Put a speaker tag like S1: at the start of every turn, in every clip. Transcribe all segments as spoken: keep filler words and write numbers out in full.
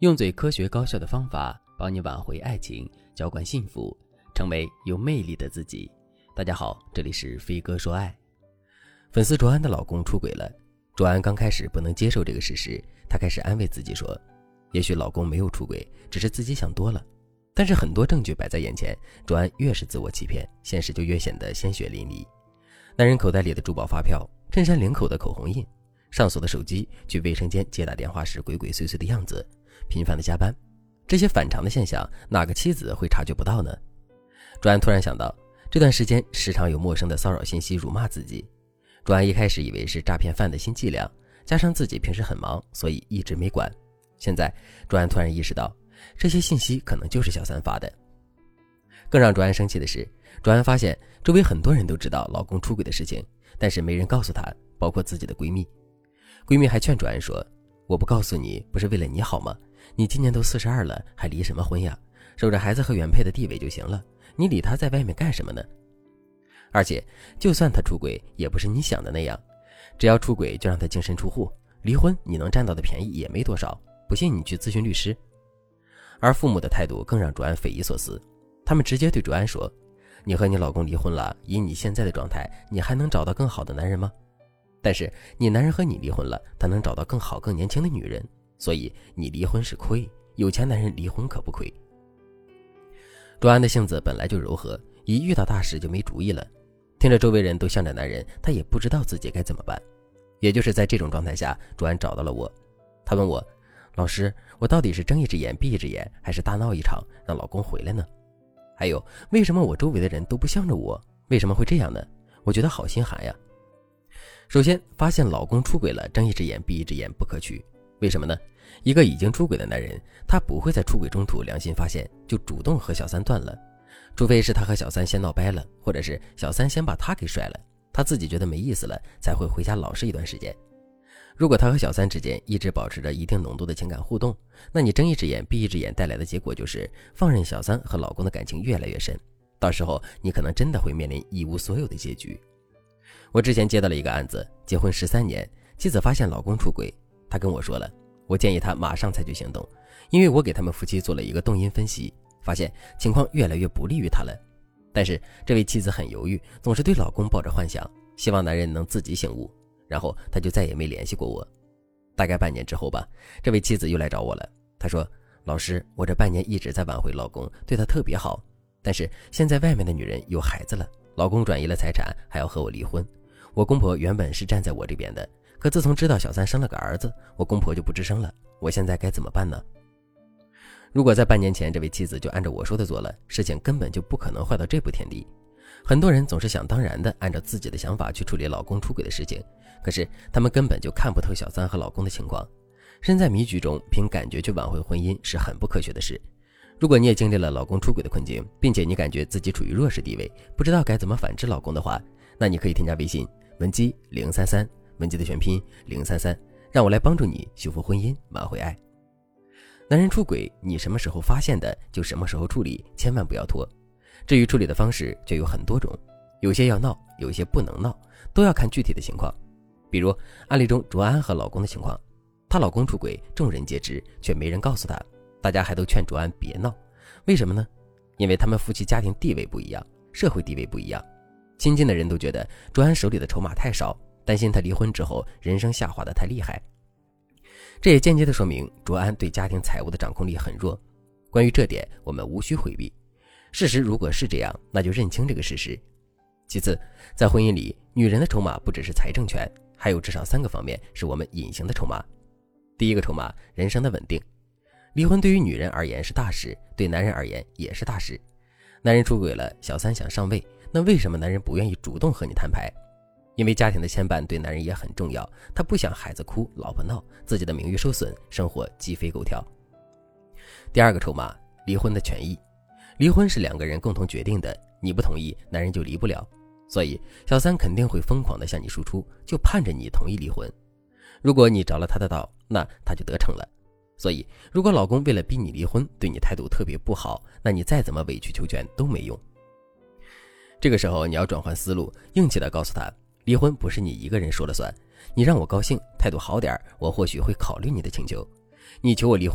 S1: 用最科学高效的方法帮你挽回爱情，浇灌幸福，成为有魅力的自己。大家好，这里是飞哥说爱。粉丝卓安的老公出轨了，卓安刚开始不能接受这个事实，她开始安慰自己说，也许老公没有出轨，只是自己想多了。但是很多证据摆在眼前，卓安越是自我欺骗，现实就越显得鲜血淋漓。男人口袋里的珠宝发票，衬衫领口的口红印，上锁的手机，去卫生间接打电话时鬼鬼祟祟的样子，频繁的加班，这些反常的现象，哪个妻子会察觉不到呢？卓安突然想到，这段时间时常有陌生的骚扰信息辱骂自己。卓安一开始以为是诈骗犯的新伎俩，加上自己平时很忙，所以一直没管。现在卓安突然意识到，这些信息可能就是小三发的。更让卓安生气的是，卓安发现周围很多人都知道老公出轨的事情，但是没人告诉她，包括自己的闺蜜。闺蜜还劝卓安说，我不告诉你不是为了你好吗？你今年都四十二了，还离什么婚呀？守着孩子和原配的地位就行了，你理他在外面干什么呢？而且就算他出轨，也不是你想的那样，只要出轨就让他净身出户，离婚你能占到的便宜也没多少，不信你去咨询律师。而父母的态度更让卓安匪夷所思，他们直接对卓安说，你和你老公离婚了，以你现在的状态，你还能找到更好的男人吗？但是你男人和你离婚了，他能找到更好更年轻的女人，所以你离婚是亏，有钱男人离婚可不亏。卓安的性子本来就柔和，一遇到大事就没主意了，听着周围人都向着男人，他也不知道自己该怎么办。也就是在这种状态下，卓安找到了我。他问我，老师，我到底是睁一只眼闭一只眼，还是大闹一场让老公回来呢？还有，为什么我周围的人都不向着我？为什么会这样呢？我觉得好心寒呀。首先，发现老公出轨了，睁一只眼闭一只眼不可取。为什么呢？一个已经出轨的男人，他不会在出轨中途良心发现就主动和小三断了，除非是他和小三先闹掰了，或者是小三先把他给甩了，他自己觉得没意思了，才会回家老实一段时间。如果他和小三之间一直保持着一定浓度的情感互动，那你睁一只眼闭一只眼带来的结果就是放任小三和老公的感情越来越深，到时候你可能真的会面临一无所有的结局。我之前接到了一个案子，结婚十三年，妻子发现老公出轨，她跟我说了，我建议她马上采取行动，因为我给他们夫妻做了一个动因分析，发现情况越来越不利于他了。但是这位妻子很犹豫，总是对老公抱着幻想，希望男人能自己醒悟，然后他就再也没联系过我。大概半年之后吧，这位妻子又来找我了，她说，老师，我这半年一直在挽回老公，对他特别好，但是现在外面的女人有孩子了，老公转移了财产，还要和我离婚。我公婆原本是站在我这边的，可自从知道小三生了个儿子，我公婆就不吱声了，我现在该怎么办呢？如果在半年前这位妻子就按照我说的做了，事情根本就不可能坏到这步田地。很多人总是想当然的按照自己的想法去处理老公出轨的事情，可是他们根本就看不透小三和老公的情况，身在迷局中凭感觉去挽回婚姻是很不科学的事。如果你也经历了老公出轨的困境，并且你感觉自己处于弱势地位，不知道该怎么反制老公的话，那你可以添加微信文姬零三三，文姬的全拼零三三，让我来帮助你修复婚姻，挽回爱。男人出轨，你什么时候发现的就什么时候处理，千万不要拖。至于处理的方式就有很多种，有些要闹，有些不能闹，都要看具体的情况。比如案例中卓安和老公的情况，她老公出轨，众人皆知，却没人告诉她，大家还都劝卓安别闹。为什么呢？因为他们夫妻家庭地位不一样，社会地位不一样，亲近的人都觉得卓安手里的筹码太少，担心他离婚之后人生下滑的太厉害。这也间接地说明卓安对家庭财务的掌控力很弱，关于这点我们无需回避。事实如果是这样，那就认清这个事实。其次，在婚姻里，女人的筹码不只是财政权，还有至少三个方面是我们隐形的筹码。第一个筹码，人生的稳定。离婚对于女人而言是大事，对男人而言也是大事。男人出轨了，小三想上位，那为什么男人不愿意主动和你摊牌？因为家庭的牵绊对男人也很重要，他不想孩子哭，老婆闹，自己的名誉受损，生活鸡飞狗跳。第二个筹码，离婚的权益。离婚是两个人共同决定的，你不同意，男人就离不了。所以小三肯定会疯狂地向你输出，就盼着你同意离婚。如果你着了他的道，那他就得逞了。所以如果老公为了逼你离婚，对你态度特别不好，那你再怎么委曲求全都没用。这个时候你要转换思路，硬气地告诉他，离婚不是你一个人说了算，你让我高兴，态度好点，我或许会考虑你的请求。你求我离婚，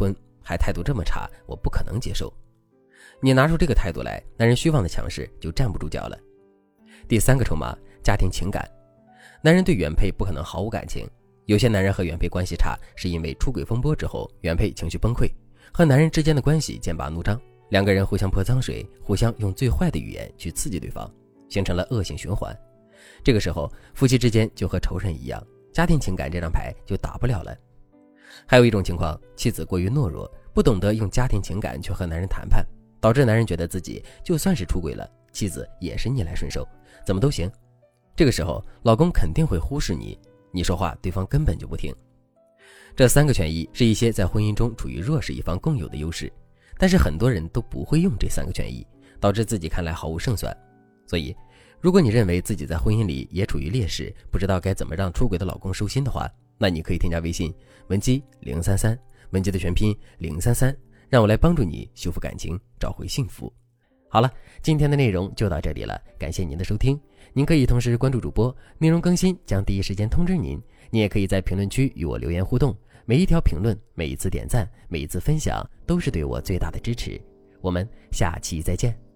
S1: 还态度这么差，我不可能接受。你拿出这个态度来，男人虚妄的强势就站不住脚了。第三个筹码，家庭情感。男人对原配不可能毫无感情，有些男人和原配关系差，是因为出轨风波之后，原配情绪崩溃，和男人之间的关系剑拔弩张，两个人互相泼脏水，互相用最坏的语言去刺激对方，形成了恶性循环。这个时候，夫妻之间就和仇人一样，家庭情感这张牌就打不了了。还有一种情况，妻子过于懦弱，不懂得用家庭情感去和男人谈判，导致男人觉得自己就算是出轨了，妻子也是逆来顺受，怎么都行。这个时候，老公肯定会忽视你，你说话对方根本就不听。这三个权益是一些在婚姻中处于弱势一方共有的优势，但是很多人都不会用这三个权益，导致自己看来毫无胜算。所以如果你认为自己在婚姻里也处于劣势，不知道该怎么让出轨的老公收心的话，那你可以添加微信文姬零三三，文姬的全拼零三三，让我来帮助你修复感情，找回幸福。好了，今天的内容就到这里了，感谢您的收听。您可以同时关注主播，内容更新将第一时间通知您。您也可以在评论区与我留言互动，每一条评论，每一次点赞，每一次分享，都是对我最大的支持。我们下期再见。